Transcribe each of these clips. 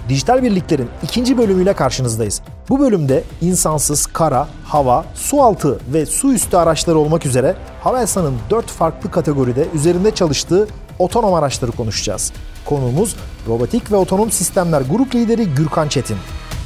Dijital Birlikler'in ikinci bölümüyle karşınızdayız. Bu bölümde insansız kara, hava, su altı ve su üstü araçları olmak üzere Havelsan'ın 4 farklı kategoride üzerinde çalıştığı otonom araçları konuşacağız. Konuğumuz Robotik ve Otonom Sistemler Grup Lideri Gürkan Çetin.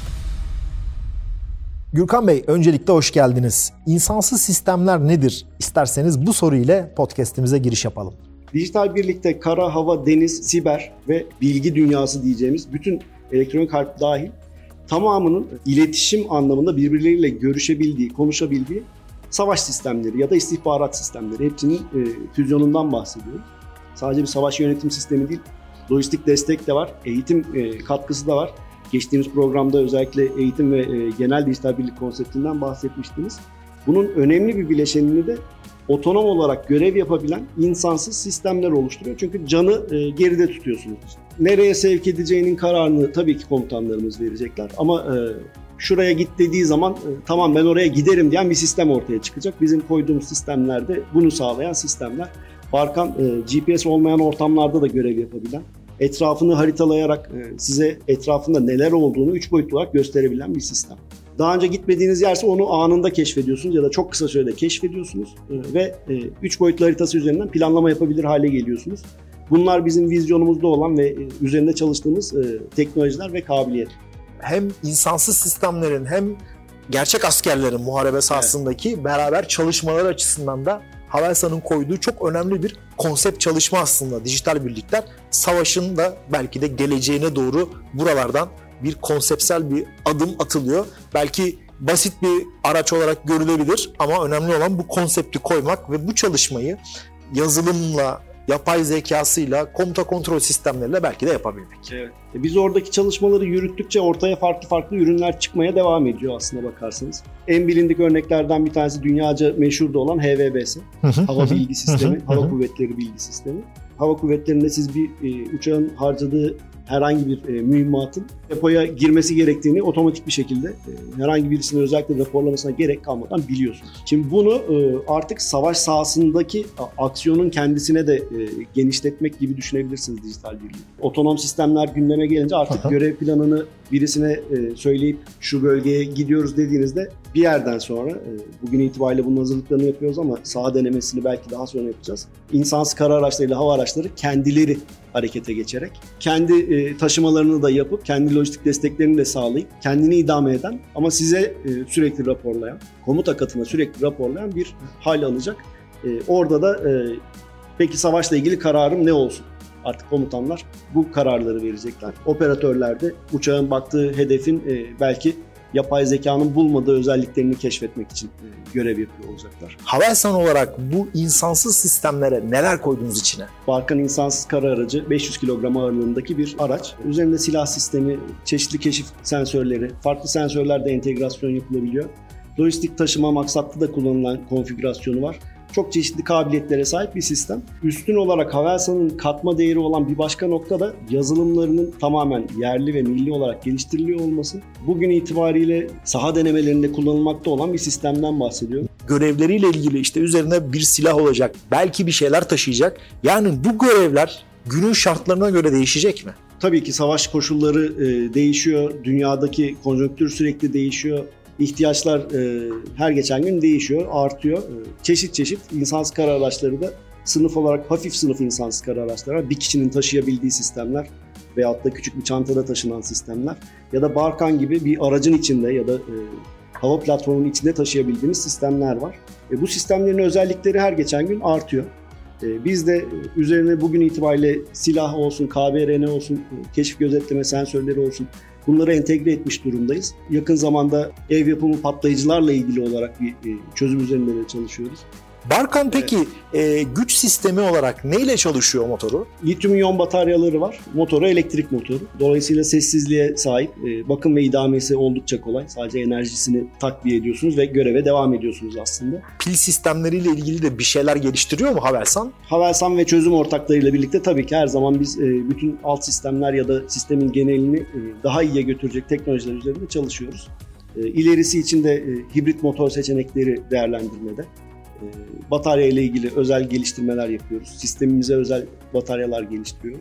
Gürkan Bey, öncelikle hoş geldiniz. İnsansız sistemler nedir? İsterseniz bu soru ile podcast'imize giriş yapalım. Dijital Birlik'te kara, hava, deniz, siber ve bilgi dünyası diyeceğimiz bütün elektronik harp dahil tamamının iletişim anlamında birbirleriyle görüşebildiği, konuşabildiği savaş sistemleri ya da istihbarat sistemleri hepsinin füzyonundan bahsediyoruz. Sadece bir savaş yönetim sistemi değil, lojistik destek de var, eğitim katkısı da var. Geçtiğimiz programda özellikle eğitim ve genel dijital birlik konseptinden bahsetmiştiniz. Bunun önemli bir bileşenini de otonom olarak görev yapabilen insansız sistemler oluşturuyor. Çünkü canı geride tutuyorsunuz. Nereye sevk edeceğinin kararını tabii ki komutanlarımız verecekler. Ama şuraya git dediği zaman tamam ben oraya giderim diyen bir sistem ortaya çıkacak. Bizim koyduğumuz sistemlerde bunu sağlayan sistemler. Barkan GPS olmayan ortamlarda da görev yapabilen, etrafını haritalayarak size etrafında neler olduğunu 3 boyutlu olarak gösterebilen bir sistem. Daha önce gitmediğiniz yerse onu anında keşfediyorsunuz ya da çok kısa sürede keşfediyorsunuz ve 3 boyutlu haritası üzerinden planlama yapabilir hale geliyorsunuz. Bunlar bizim vizyonumuzda olan ve üzerinde çalıştığımız teknolojiler ve kabiliyet. Hem insansız sistemlerin hem gerçek askerlerin muharebe sahasındaki beraber çalışmaları açısından da Havelsan'ın koyduğu çok önemli bir konsept çalışma aslında. Dijital birlikler savaşın da belki de geleceğine doğru buralardan bir konseptsel bir adım atılıyor. Belki basit bir araç olarak görülebilir ama önemli olan bu konsepti koymak ve bu çalışmayı yazılımla, yapay zekasıyla, komuta kontrol sistemleriyle belki de yapabilmek. Evet. Biz oradaki çalışmaları yürüttükçe ortaya farklı ürünler çıkmaya devam ediyor aslına bakarsanız. En bilindik örneklerden bir tanesi dünyaca meşhur da olan HVBS. Hava Bilgi Sistemi, Hava Kuvvetleri Bilgi Sistemi. Hava kuvvetlerinde siz bir uçağın harcadığı herhangi bir mühimmatın depoya girmesi gerektiğini otomatik bir şekilde herhangi birisinin özellikle raporlamasına gerek kalmadan biliyorsunuz. Şimdi bunu artık savaş sahasındaki aksiyonun kendisine de genişletmek gibi düşünebilirsiniz dijital birliği. Otonom sistemler gündeme gelince artık görev planını birisine söyleyip şu bölgeye gidiyoruz dediğinizde bir yerden sonra bugün itibariyle bunun hazırlıklarını yapıyoruz ama saha denemesini belki daha sonra yapacağız. İnsansız kara araçlarıyla hava araçları kendileri harekete geçerek kendi taşımalarını da yapıp kendi lojistik desteklerini de sağlayıp kendini idame eden ama size sürekli raporlayan, komuta katına sürekli raporlayan bir hal alacak. Orada da peki savaşla ilgili kararım ne olsun? Artık komutanlar bu kararları verecekler. Operatörler de uçağın baktığı hedefin belki yapay zekanın bulmadığı özelliklerini keşfetmek için görev yapıyor olacaklar. Havelsan olarak bu insansız sistemlere neler koydunuz içine? Barkan insansız kara aracı 500 kilogram ağırlığındaki bir araç. Üzerinde silah sistemi, çeşitli keşif sensörleri, farklı sensörlerde entegrasyon yapılabiliyor. Lojistik taşıma maksatlı da kullanılan konfigürasyonu var. Çok çeşitli kabiliyetlere sahip bir sistem. Üstün olarak Havelsan'ın katma değeri olan bir başka nokta da yazılımlarının tamamen yerli ve milli olarak geliştiriliyor olması. Bugün itibariyle saha denemelerinde kullanılmakta olan bir sistemden bahsediyorum. Görevleriyle ilgili işte üzerine bir silah olacak, belki bir şeyler taşıyacak. Yani bu görevler günün şartlarına göre değişecek mi? Tabii ki savaş koşulları değişiyor. Dünyadaki konjonktür sürekli değişiyor. İhtiyaçlar her geçen gün değişiyor, artıyor. Çeşit insansız kara araçları da sınıf olarak hafif sınıf insansız kara araçları var. Bir kişinin taşıyabildiği sistemler veyahut da küçük bir çantada taşınan sistemler ya da Barkan gibi bir aracın içinde ya da hava platformunun içinde taşıyabildiğimiz sistemler var. Bu sistemlerin özellikleri her geçen gün artıyor. Biz de üzerine bugün itibariyle silah olsun, KBRN olsun, keşif gözetleme sensörleri olsun bunları entegre etmiş durumdayız. Yakın zamanda ev yapımı patlayıcılarla ilgili olarak bir çözüm üzerinde de çalışıyoruz. Barkan peki güç sistemi olarak neyle çalışıyor motoru? Lityum iyon bataryaları var. Motoru elektrik motoru. Dolayısıyla sessizliğe sahip, bakım ve idamesi oldukça kolay. Sadece enerjisini takviye ediyorsunuz ve göreve devam ediyorsunuz aslında. Pil sistemleriyle ilgili de bir şeyler geliştiriyor mu Havelsan? Havelsan ve çözüm ortaklarıyla birlikte tabii ki her zaman biz bütün alt sistemler ya da sistemin genelini daha iyiye götürecek teknolojiler üzerinde çalışıyoruz. İlerisi için de hibrit motor seçenekleri değerlendirmede. Batarya ile ilgili özel geliştirmeler yapıyoruz. Sistemimize özel bataryalar geliştiriyoruz.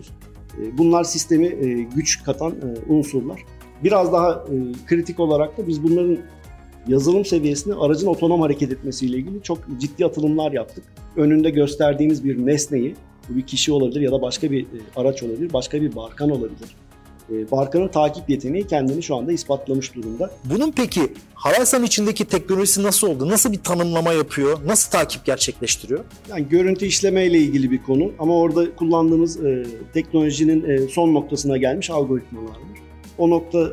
Bunlar sistemi güç katan unsurlar. Biraz daha kritik olarak da biz bunların yazılım seviyesinde aracın otonom hareket etmesiyle ilgili çok ciddi atılımlar yaptık. Önünde gösterdiğiniz bir nesneyi, bu bir kişi olabilir ya da başka bir araç olabilir, başka bir barkan olabilir. Barkanın takip yeteneği kendini şu anda ispatlamış durumda. Bunun peki Havelsan içindeki teknolojisi nasıl oldu? Nasıl bir tanımlama yapıyor? Nasıl takip gerçekleştiriyor? Yani görüntü işleme ile ilgili bir konu ama orada kullandığımız teknolojinin son noktasına gelmiş algoritmalar var. O nokta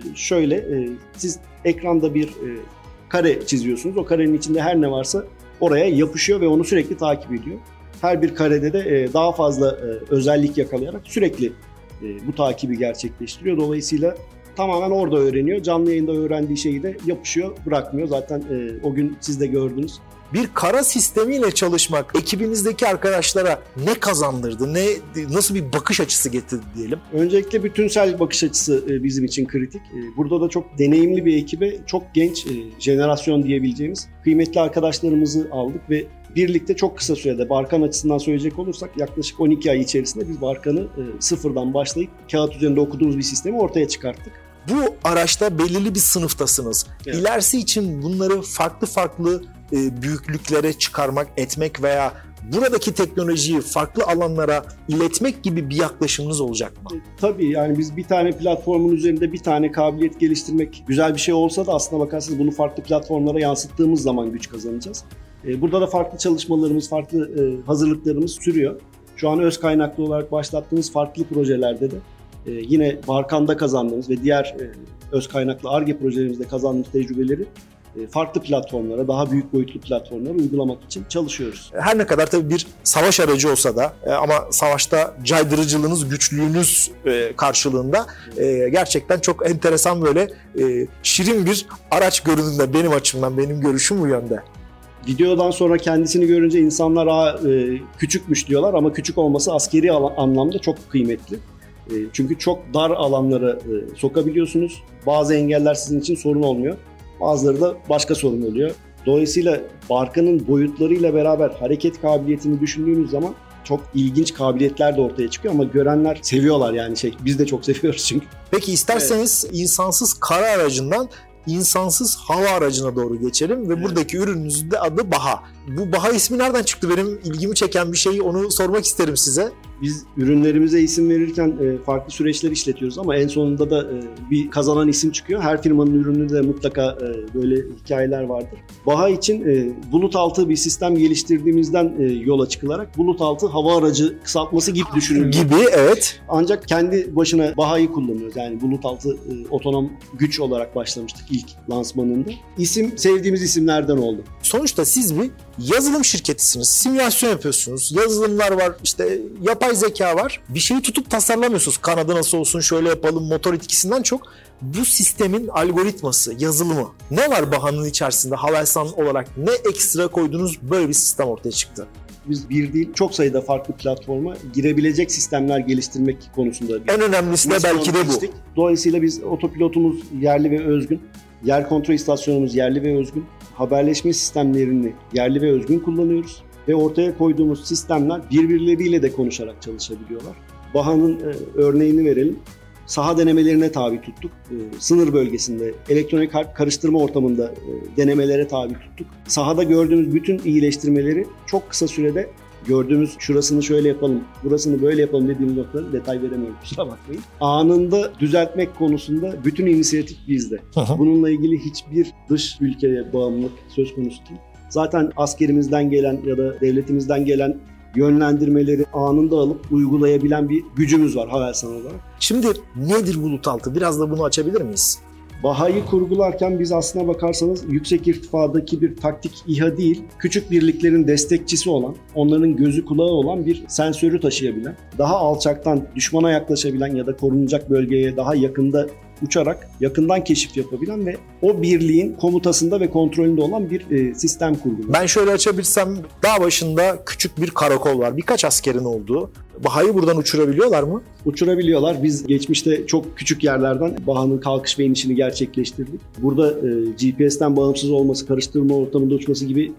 şöyle, siz ekranda bir kare çiziyorsunuz. O karenin içinde her ne varsa oraya yapışıyor ve onu sürekli takip ediyor. Her bir karede de daha fazla özellik yakalayarak sürekli bu takibi gerçekleştiriyor. Dolayısıyla tamamen orada öğreniyor. Canlı yayında öğrendiği şeyi de yapışıyor, bırakmıyor. Zaten o gün siz de gördünüz. Bir kara sistemiyle çalışmak ekibinizdeki arkadaşlara ne kazandırdı? Nasıl bir bakış açısı getirdi diyelim? Öncelikle bütünsel bakış açısı bizim için kritik. Burada da çok deneyimli bir ekibe, çok genç jenerasyon diyebileceğimiz kıymetli arkadaşlarımızı aldık ve birlikte çok kısa sürede Barkan açısından söyleyecek olursak yaklaşık 12 ay içerisinde biz Barkan'ı sıfırdan başlayıp kağıt üzerinde okuduğumuz bir sistemi ortaya çıkarttık. Bu araçta belirli bir sınıftasınız. Evet. İlerisi için bunları farklı büyüklüklere çıkarmak, etmek veya buradaki teknolojiyi farklı alanlara iletmek gibi bir yaklaşımınız olacak mı? Tabii yani biz bir tane platformun üzerinde bir tane kabiliyet geliştirmek güzel bir şey olsa da aslına bakarsanız bunu farklı platformlara yansıttığımız zaman güç kazanacağız. Burada da farklı çalışmalarımız, farklı hazırlıklarımız sürüyor. Şu an öz kaynaklı olarak başlattığımız farklı projelerde de yine Barkan'da kazandığımız ve diğer öz kaynaklı Ar-Ge projelerimizde kazandığımız tecrübeleri farklı platformlara, daha büyük boyutlu platformlara uygulamak için çalışıyoruz. Her ne kadar tabii bir savaş aracı olsa da ama savaşta caydırıcılığınız, güçlüğünüz karşılığında gerçekten çok enteresan böyle şirin bir araç görünümde benim açımdan, benim görüşüm bu yönde. Videodan sonra kendisini görünce insanlar küçükmüş diyorlar ama küçük olması askeri anlamda çok kıymetli. Çünkü çok dar alanlara sokabiliyorsunuz. Bazı engeller sizin için sorun olmuyor. Bazıları da başka sorun oluyor. Dolayısıyla Barkan'ın boyutlarıyla beraber hareket kabiliyetini düşündüğünüz zaman çok ilginç kabiliyetler de ortaya çıkıyor ama görenler seviyorlar yani biz de çok seviyoruz çünkü. Peki isterseniz insansız kara aracından insansız hava aracına doğru geçelim ve buradaki ürününüzün de adı Baha. Bu Baha ismi nereden çıktı? Benim ilgimi çeken bir şey, onu sormak isterim size. Biz ürünlerimize isim verirken farklı süreçler işletiyoruz ama en sonunda da bir kazanan isim çıkıyor. Her firmanın ürününde de mutlaka böyle hikayeler vardır. Baha için bulut altı bir sistem geliştirdiğimizden yola çıkılarak bulut altı hava aracı kısaltması gibi düşünülüyor. Gibi, evet. Ancak kendi başına Baha'yı kullanıyoruz. Yani bulut altı otonom güç olarak başlamıştık ilk lansmanında. İsim sevdiğimiz isimlerden oldu. Sonuçta siz bir yazılım şirketisiniz. Simülasyon yapıyorsunuz. Yazılımlar var, işte yapay zeka var. Bir şeyi tutup tasarlamıyorsunuz. Kanadı nasıl olsun, şöyle yapalım, motor etkisinden çok. Bu sistemin algoritması, yazılımı. Ne var Baha'nın içerisinde Havelsan olarak? Ne ekstra koydunuz, böyle bir sistem ortaya çıktı? Biz bir değil çok sayıda farklı platforma girebilecek sistemler geliştirmek konusunda. En önemlisi de belki de bu. Dolayısıyla biz otopilotumuz yerli ve özgün. Yer kontrol istasyonumuz yerli ve özgün. Haberleşme sistemlerini yerli ve özgün kullanıyoruz. Ve ortaya koyduğumuz sistemler birbirleriyle de konuşarak çalışabiliyorlar. Baha'nın örneğini verelim. Saha denemelerine tabi tuttuk. Sınır bölgesinde, elektronik harp karıştırma ortamında denemelere tabi tuttuk. Sahada gördüğümüz bütün iyileştirmeleri çok kısa sürede gördüğümüz şurasını şöyle yapalım, burasını böyle yapalım dediğimiz noktaları detay veremiyorum, kusura bakmayın. Anında düzeltmek konusunda bütün inisiyatif bizde. Bununla ilgili hiçbir dış ülkeye bağımlılık söz konusu değil. Zaten askerimizden gelen ya da devletimizden gelen yönlendirmeleri anında alıp uygulayabilen bir gücümüz var Havelsan olarak. Şimdi nedir bulut altı? Biraz da bunu açabilir miyiz? Baha'yı kurgularken biz aslına bakarsanız yüksek irtifadaki bir taktik İHA değil, küçük birliklerin destekçisi olan, onların gözü kulağı olan bir sensörü taşıyabilen, daha alçaktan düşmana yaklaşabilen ya da korunacak bölgeye daha yakında uçarak yakından keşif yapabilen ve o birliğin komutasında ve kontrolünde olan bir sistem kurguluyor. Ben şöyle açabilsem, dağ başında küçük bir karakol var. Birkaç askerin olduğu. Baha'yı buradan uçurabiliyorlar mı? Uçurabiliyorlar. Biz geçmişte çok küçük yerlerden Baha'nın kalkış ve inişini gerçekleştirdik. Burada GPS'ten bağımsız olması, karıştırma ortamında uçması gibi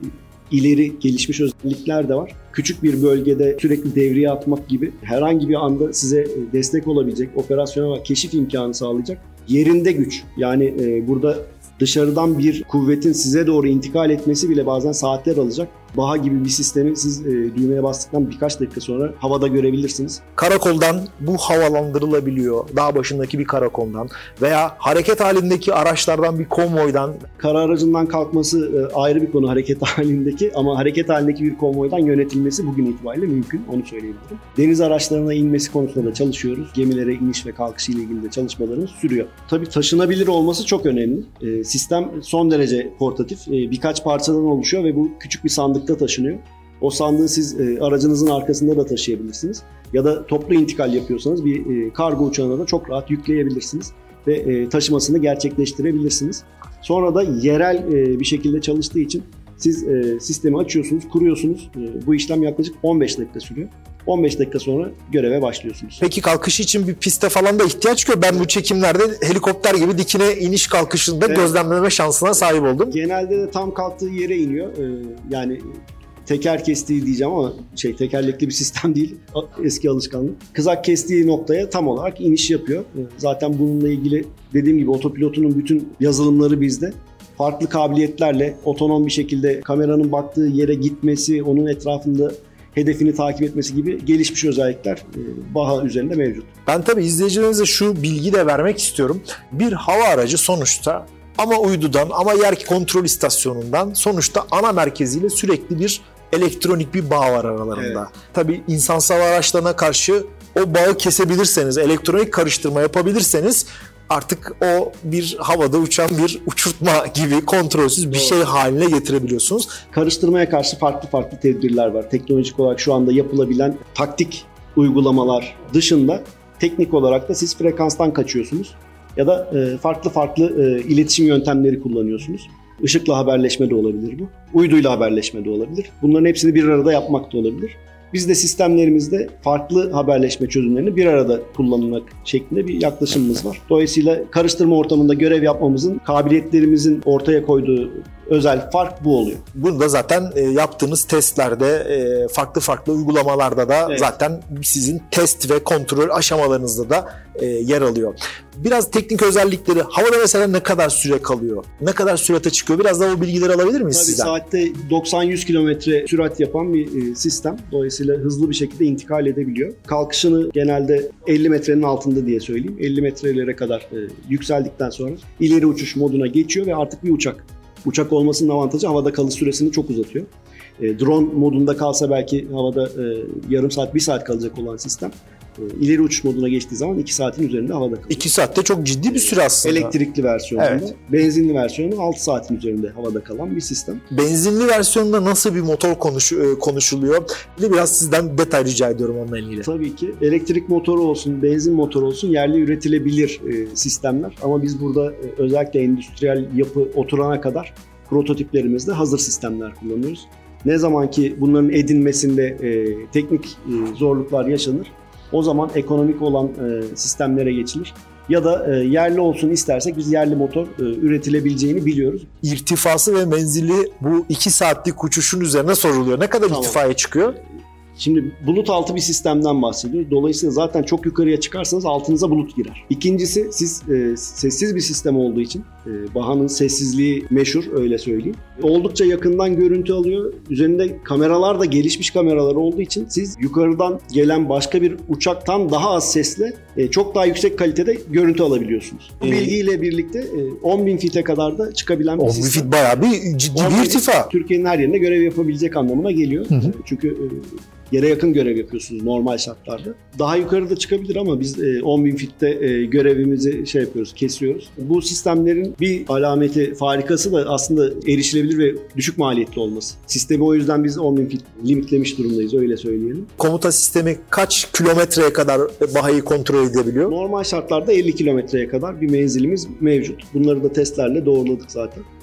ileri gelişmiş özellikler de var. Küçük bir bölgede sürekli devriye atmak gibi herhangi bir anda size destek olabilecek, operasyonel keşif imkanı sağlayacak yerinde güç. Yani burada dışarıdan bir kuvvetin size doğru intikal etmesi bile bazen saatler alacak. BAHA gibi bir sistemi siz düğmeye bastıktan birkaç dakika sonra havada görebilirsiniz. Karakoldan bu havalandırılabiliyor. Dağ başındaki bir karakoldan veya hareket halindeki araçlardan bir konvoydan. Kara aracından kalkması ayrı bir konu hareket halindeki, ama hareket halindeki bir konvoydan yönetilmesi bugün itibariyle mümkün. Onu söyleyebilirim. Deniz araçlarına inmesi konusunda da çalışıyoruz. Gemilere iniş ve kalkışı ile ilgili de çalışmalarımız sürüyor. Tabii taşınabilir olması çok önemli. Sistem son derece portatif. Birkaç parçadan oluşuyor ve bu küçük bir sandıkta taşınıyor. O sandığı siz aracınızın arkasında da taşıyabilirsiniz. Ya da toplu intikal yapıyorsanız bir kargo uçağına da çok rahat yükleyebilirsiniz ve taşımasını gerçekleştirebilirsiniz. Sonra da yerel bir şekilde çalıştığı için siz sistemi açıyorsunuz, kuruyorsunuz. Bu işlem yaklaşık 15 dakika sürüyor. 15 dakika sonra göreve başlıyorsunuz. Peki kalkış için bir piste falan da ihtiyaç yok. Ben bu çekimlerde helikopter gibi dikine iniş kalkışında gözlemleme şansına sahip oldum. Genelde de tam kalktığı yere iniyor. Yani teker kestiği diyeceğim ama tekerlekli bir sistem değil. Eski alışkanlık. Kızak kestiği noktaya tam olarak iniş yapıyor. Zaten bununla ilgili dediğim gibi otopilotunun bütün yazılımları bizde. Farklı kabiliyetlerle otonom bir şekilde kameranın baktığı yere gitmesi, onun etrafında hedefini takip etmesi gibi gelişmiş özellikler BAHA üzerinde mevcut. Ben tabii izleyicilerimize şu bilgi de vermek istiyorum. Bir hava aracı sonuçta ama uydudan ama yer kontrol istasyonundan sonuçta ana merkeziyle sürekli bir elektronik bir bağ var aralarında. Evet. Tabii insansal araçlarına karşı o bağı kesebilirseniz, elektronik karıştırma yapabilirseniz artık o bir havada uçan bir uçurtma gibi kontrolsüz bir şey haline getirebiliyorsunuz. Karıştırmaya karşı farklı tedbirler var. Teknolojik olarak şu anda yapılabilen taktik uygulamalar dışında teknik olarak da siz frekanstan kaçıyorsunuz. Ya da farklı iletişim yöntemleri kullanıyorsunuz. Işıkla haberleşme de olabilir bu. Uyduyla haberleşme de olabilir. Bunların hepsini bir arada yapmak da olabilir. Biz de sistemlerimizde farklı haberleşme çözümlerini bir arada kullanmak şeklinde bir yaklaşımımız var. Dolayısıyla karıştırma ortamında görev yapmamızın, kabiliyetlerimizin ortaya koyduğu özel fark bu oluyor. Bunu da zaten yaptığınız testlerde, farklı uygulamalarda da zaten sizin test ve kontrol aşamalarınızda da yer alıyor. Biraz teknik özellikleri, havada mesela ne kadar süre kalıyor? Ne kadar sürate çıkıyor? Biraz daha o bilgileri alabilir miyiz Tabii sizden? Saatte 90-100 kilometre sürat yapan bir sistem. Dolayısıyla hızlı bir şekilde intikal edebiliyor. Kalkışını genelde 50 metrenin altında diye söyleyeyim. 50 metrelere kadar yükseldikten sonra ileri uçuş moduna geçiyor ve artık bir uçak. Uçak olmasının avantajı havada kalış süresini çok uzatıyor. Drone modunda kalsa belki havada yarım saat, 1 saat kalacak olan sistem ileri uçuş moduna geçtiği zaman 2 saatin üzerinde havada kalıyor. 2 saatte çok ciddi bir süre aslında. Elektrikli versiyonunda, benzinli versiyonunda 6 saatin üzerinde havada kalan bir sistem. Benzinli versiyonunda nasıl bir motor konuşuluyor? Biraz sizden detay rica ediyorum onunla ilgili. Tabii ki elektrik motoru olsun, benzin motoru olsun yerli üretilebilir sistemler. Ama biz burada özellikle endüstriyel yapı oturana kadar prototiplerimizde hazır sistemler kullanıyoruz. Ne zaman ki bunların edinmesinde teknik zorluklar yaşanır, o zaman ekonomik olan sistemlere geçilir. Ya da yerli olsun istersek biz yerli motor üretilebileceğini biliyoruz. İrtifası ve menzili bu 2 saatlik uçuşun üzerine soruluyor. Ne kadar irtifaya çıkıyor? Şimdi bulut altı bir sistemden bahsediyoruz. Dolayısıyla zaten çok yukarıya çıkarsanız altınıza bulut girer. İkincisi siz sessiz bir sistem olduğu için BAHA'nın sessizliği meşhur, öyle söyleyeyim. Oldukça yakından görüntü alıyor. Üzerinde kameralar da gelişmiş kameralar olduğu için siz yukarıdan gelen başka bir uçaktan daha az sesle çok daha yüksek kalitede görüntü alabiliyorsunuz. Bu bilgiyle birlikte 10.000 feet'e kadar da çıkabilen bir sistem. 10.000 feet bayağı bir ciddi bir irtifa. Türkiye'nin her yerinde görev yapabilecek anlamına geliyor. Çünkü yere yakın görev yapıyorsunuz normal şartlarda. Daha yukarıda çıkabilir ama biz 10.000 feet'te görevimizi yapıyoruz, kesiyoruz. Bu sistemlerin bir alameti, farikası da aslında erişilebilir ve düşük maliyetli olması. Sistemi o yüzden biz 10.000 feet limitlemiş durumdayız, öyle söyleyelim. Komuta sistemi kaç kilometreye kadar BAHA'yı kontrol edebiliyor? Normal şartlarda 50 kilometreye kadar bir menzilimiz mevcut. Bunları da testlerle doğruladık zaten.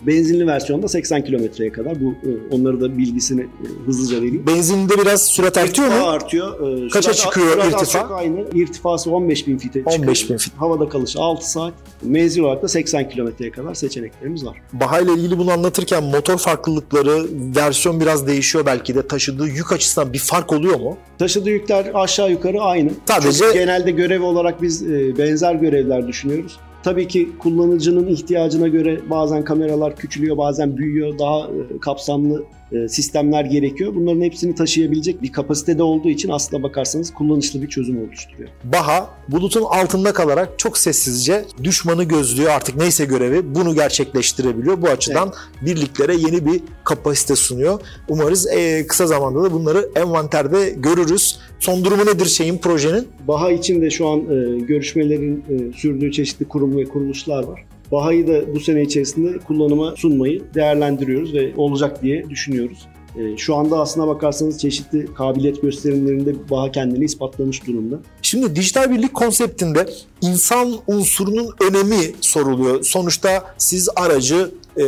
Benzinli versiyonda 80 kilometreye kadar. Bu onları da bilgisini hızlıca vereyim. Benzininde biraz sürat artıyor mu? Artıyor. Kaça çıkıyor irtifa? Çok aynı. İrtifası 15.000 fite çıkıyor. 15.000 fit. Havada kalışı 6 saat. Menzil olarak da 80 kilometreye kadar seçeneklerimiz var. Baha ile ilgili bunu anlatırken motor farklılıkları, versiyon biraz değişiyor belki de. Taşıdığı yük açısından bir fark oluyor mu? Taşıdığı yükler aşağı yukarı aynı. Sadece genelde görev olarak biz benzer görevler düşünüyoruz. Tabii ki kullanıcının ihtiyacına göre bazen kameralar küçülüyor, bazen büyüyor, daha kapsamlı sistemler gerekiyor. Bunların hepsini taşıyabilecek bir kapasitede olduğu için aslına bakarsanız kullanışlı bir çözüm oluşturuyor. Baha bulutun altında kalarak çok sessizce düşmanı gözlüyor, artık neyse görevi bunu gerçekleştirebiliyor. Bu açıdan birliklere yeni bir kapasite sunuyor. Umarız kısa zamanda da bunları envanterde görürüz. Son durumu nedir projenin? Baha için de şu an görüşmelerin sürdüğü çeşitli kurum ve kuruluşlar var. Baha'yı da bu sene içerisinde kullanıma sunmayı değerlendiriyoruz ve olacak diye düşünüyoruz. Şu anda aslına bakarsanız çeşitli kabiliyet gösterimlerinde Baha kendini ispatlamış durumda. Şimdi dijital birlik konseptinde insan unsurunun önemi soruluyor. Sonuçta siz aracı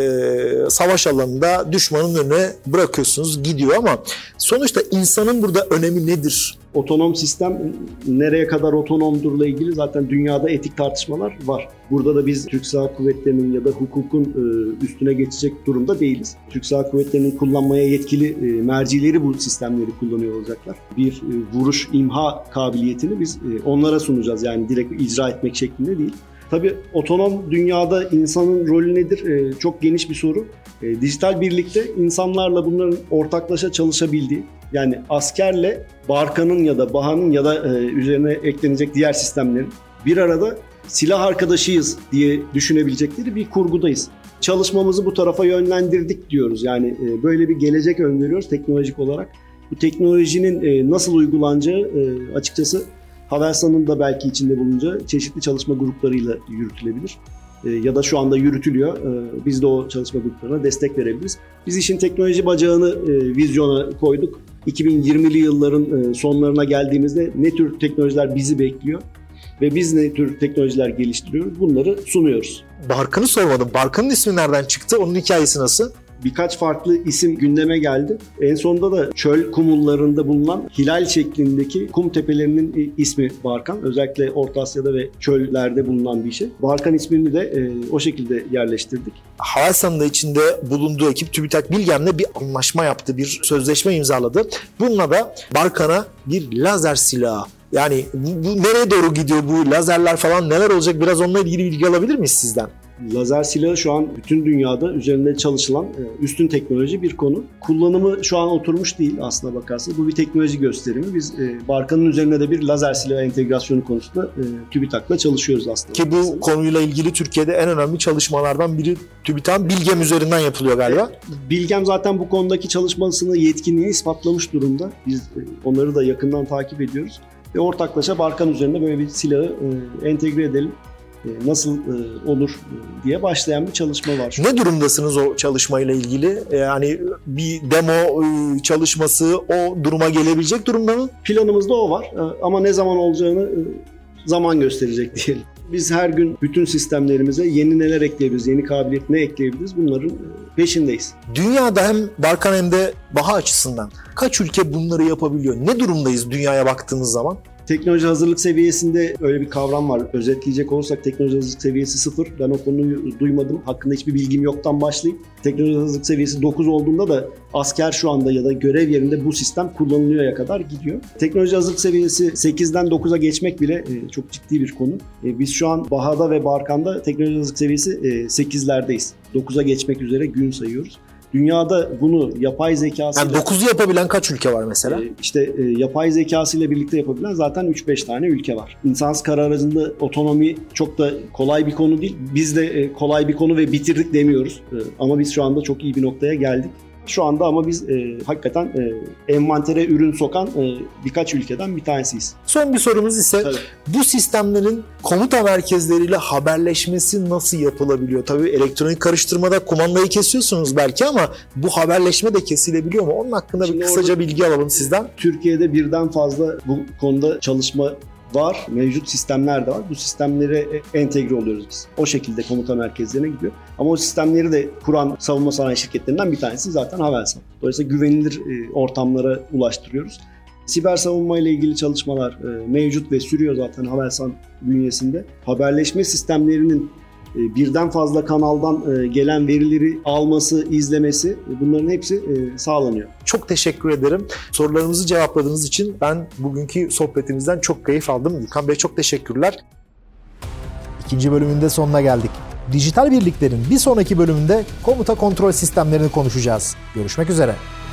savaş alanında düşmanın önüne bırakıyorsunuz, gidiyor ama sonuçta insanın burada önemi nedir? Otonom sistem nereye kadar otonomdurla ilgili zaten dünyada etik tartışmalar var. Burada da biz Türk Silahlı Kuvvetleri'nin ya da hukukun üstüne geçecek durumda değiliz. Türk Silahlı Kuvvetleri'nin kullanmaya yetkili mercileri bu sistemleri kullanıyor olacaklar. Bir vuruş, imha kabiliyetini biz onlara sunacağız, yani direkt icra etmek şeklinde değil. Tabii otonom dünyada insanın rolü nedir? Çok geniş bir soru. Dijital birlikte insanlarla bunların ortaklaşa çalışabildiği, yani askerle Barkan'ın ya da Baha'nın ya da üzerine eklenecek diğer sistemlerin bir arada silah arkadaşıyız diye düşünebilecekleri bir kurgudayız. Çalışmamızı bu tarafa yönlendirdik diyoruz. Yani böyle bir gelecek öngörüyoruz teknolojik olarak. Bu teknolojinin nasıl uygulanacağı açıkçası Havelsan'ın da belki içinde bulunacağı çeşitli çalışma gruplarıyla yürütülebilir. Ya da şu anda yürütülüyor. Biz de o çalışma gruplarına destek verebiliriz. Biz işin teknoloji bacağını vizyona koyduk. 2020'li yılların sonlarına geldiğimizde ne tür teknolojiler bizi bekliyor ve biz ne tür teknolojiler geliştiriyoruz, bunları sunuyoruz. Barkan'ı sormadım. Barkan'ın ismi nereden çıktı? Onun hikayesi nasıl? Birkaç farklı isim gündeme geldi. En sonunda da çöl kumullarında bulunan hilal şeklindeki kum tepelerinin ismi Barkan. Özellikle Orta Asya'da ve çöllerde bulunan bir şey. Barkan ismini de o şekilde yerleştirdik. Havelsan'ın da içinde bulunduğu ekip TÜBİTAK Bilgem'le bir anlaşma yaptı, bir sözleşme imzaladı. Bununla da Barkan'a bir lazer silahı. Yani bu nereye doğru gidiyor, bu lazerler falan neler olacak, biraz onunla ilgili bilgi alabilir miyiz sizden? Lazer silahı şu an bütün dünyada üzerinde çalışılan üstün teknoloji bir konu. Kullanımı şu an oturmuş değil aslına bakarsanız. Bu bir teknoloji gösterimi. Biz Barkan'ın üzerine de bir lazer silahı entegrasyonu konusunda TÜBİTAK'la çalışıyoruz aslında. Ki bu konuyla ilgili Türkiye'de en önemli çalışmalardan biri TÜBİTAK'ın Bilgem üzerinden yapılıyor galiba. Bilgem zaten bu konudaki çalışmasını, yetkinliğini ispatlamış durumda. Biz onları da yakından takip ediyoruz. Ve ortaklaşa Barkan üzerinde böyle bir silahı entegre edelim, nasıl olur diye başlayan bir çalışma var. Ne durumdasınız o çalışmayla ilgili? Yani bir demo çalışması o duruma gelebilecek durumda mı? Planımızda o var ama ne zaman olacağını zaman gösterecek diyelim. Biz her gün bütün sistemlerimize yeni neler ekleyebiliriz, yeni kabiliyet ne ekleyebiliriz, bunların peşindeyiz. Dünyada hem Barkan hem de Baha açısından kaç ülke bunları yapabiliyor? Ne durumdayız dünyaya baktığınız zaman? Teknoloji hazırlık seviyesinde öyle bir kavram var. Özetleyecek olursak teknoloji hazırlık seviyesi 0. Ben o konuyu duymadım. Hakkında hiçbir bilgim yoktan başlayıp teknoloji hazırlık seviyesi 9 olduğunda da asker şu anda ya da görev yerinde bu sistem kullanılıyor'ya kadar gidiyor. Teknoloji hazırlık seviyesi 8'den 9'a geçmek bile çok ciddi bir konu. Biz şu an Baha'da ve Barkan'da teknoloji hazırlık seviyesi 8'lerdeyiz. 9'a geçmek üzere gün sayıyoruz. Dünyada bunu yapay zekasıyla... Yani 9'u yapabilen kaç ülke var mesela? Yapay zekasıyla birlikte yapabilen zaten 3-5 tane ülke var. İnsansız kara aracında otonomi çok da kolay bir konu değil. Biz de kolay bir konu ve bitirdik demiyoruz. Ama biz şu anda çok iyi bir noktaya geldik. Şu anda ama biz hakikaten envantere ürün sokan birkaç ülkeden bir tanesiyiz. Son bir sorumuz ise tabii, bu sistemlerin komuta merkezleriyle haberleşmesi nasıl yapılabiliyor? Tabii elektronik karıştırmada kumandayı kesiyorsunuz belki ama bu haberleşme de kesilebiliyor mu? Onun hakkında bir kısaca bilgi alalım sizden. Türkiye'de birden fazla bu konuda çalışma var. Mevcut sistemler de var. Bu sistemlere entegre oluyoruz biz. O şekilde komuta merkezlerine gidiyor. Ama o sistemleri de kuran savunma sanayi şirketlerinden bir tanesi zaten Havelsan. Dolayısıyla güvenilir ortamlara ulaştırıyoruz. Siber savunma ile ilgili çalışmalar mevcut ve sürüyor zaten Havelsan bünyesinde. Haberleşme sistemlerinin birden fazla kanaldan gelen verileri alması, izlemesi, bunların hepsi sağlanıyor. Çok teşekkür ederim. Sorularımızı cevapladığınız için ben bugünkü sohbetimizden çok keyif aldım. Gürkan Bey çok teşekkürler. İkinci bölümün de sonuna geldik. Dijital birliklerin bir sonraki bölümünde komuta kontrol sistemlerini konuşacağız. Görüşmek üzere.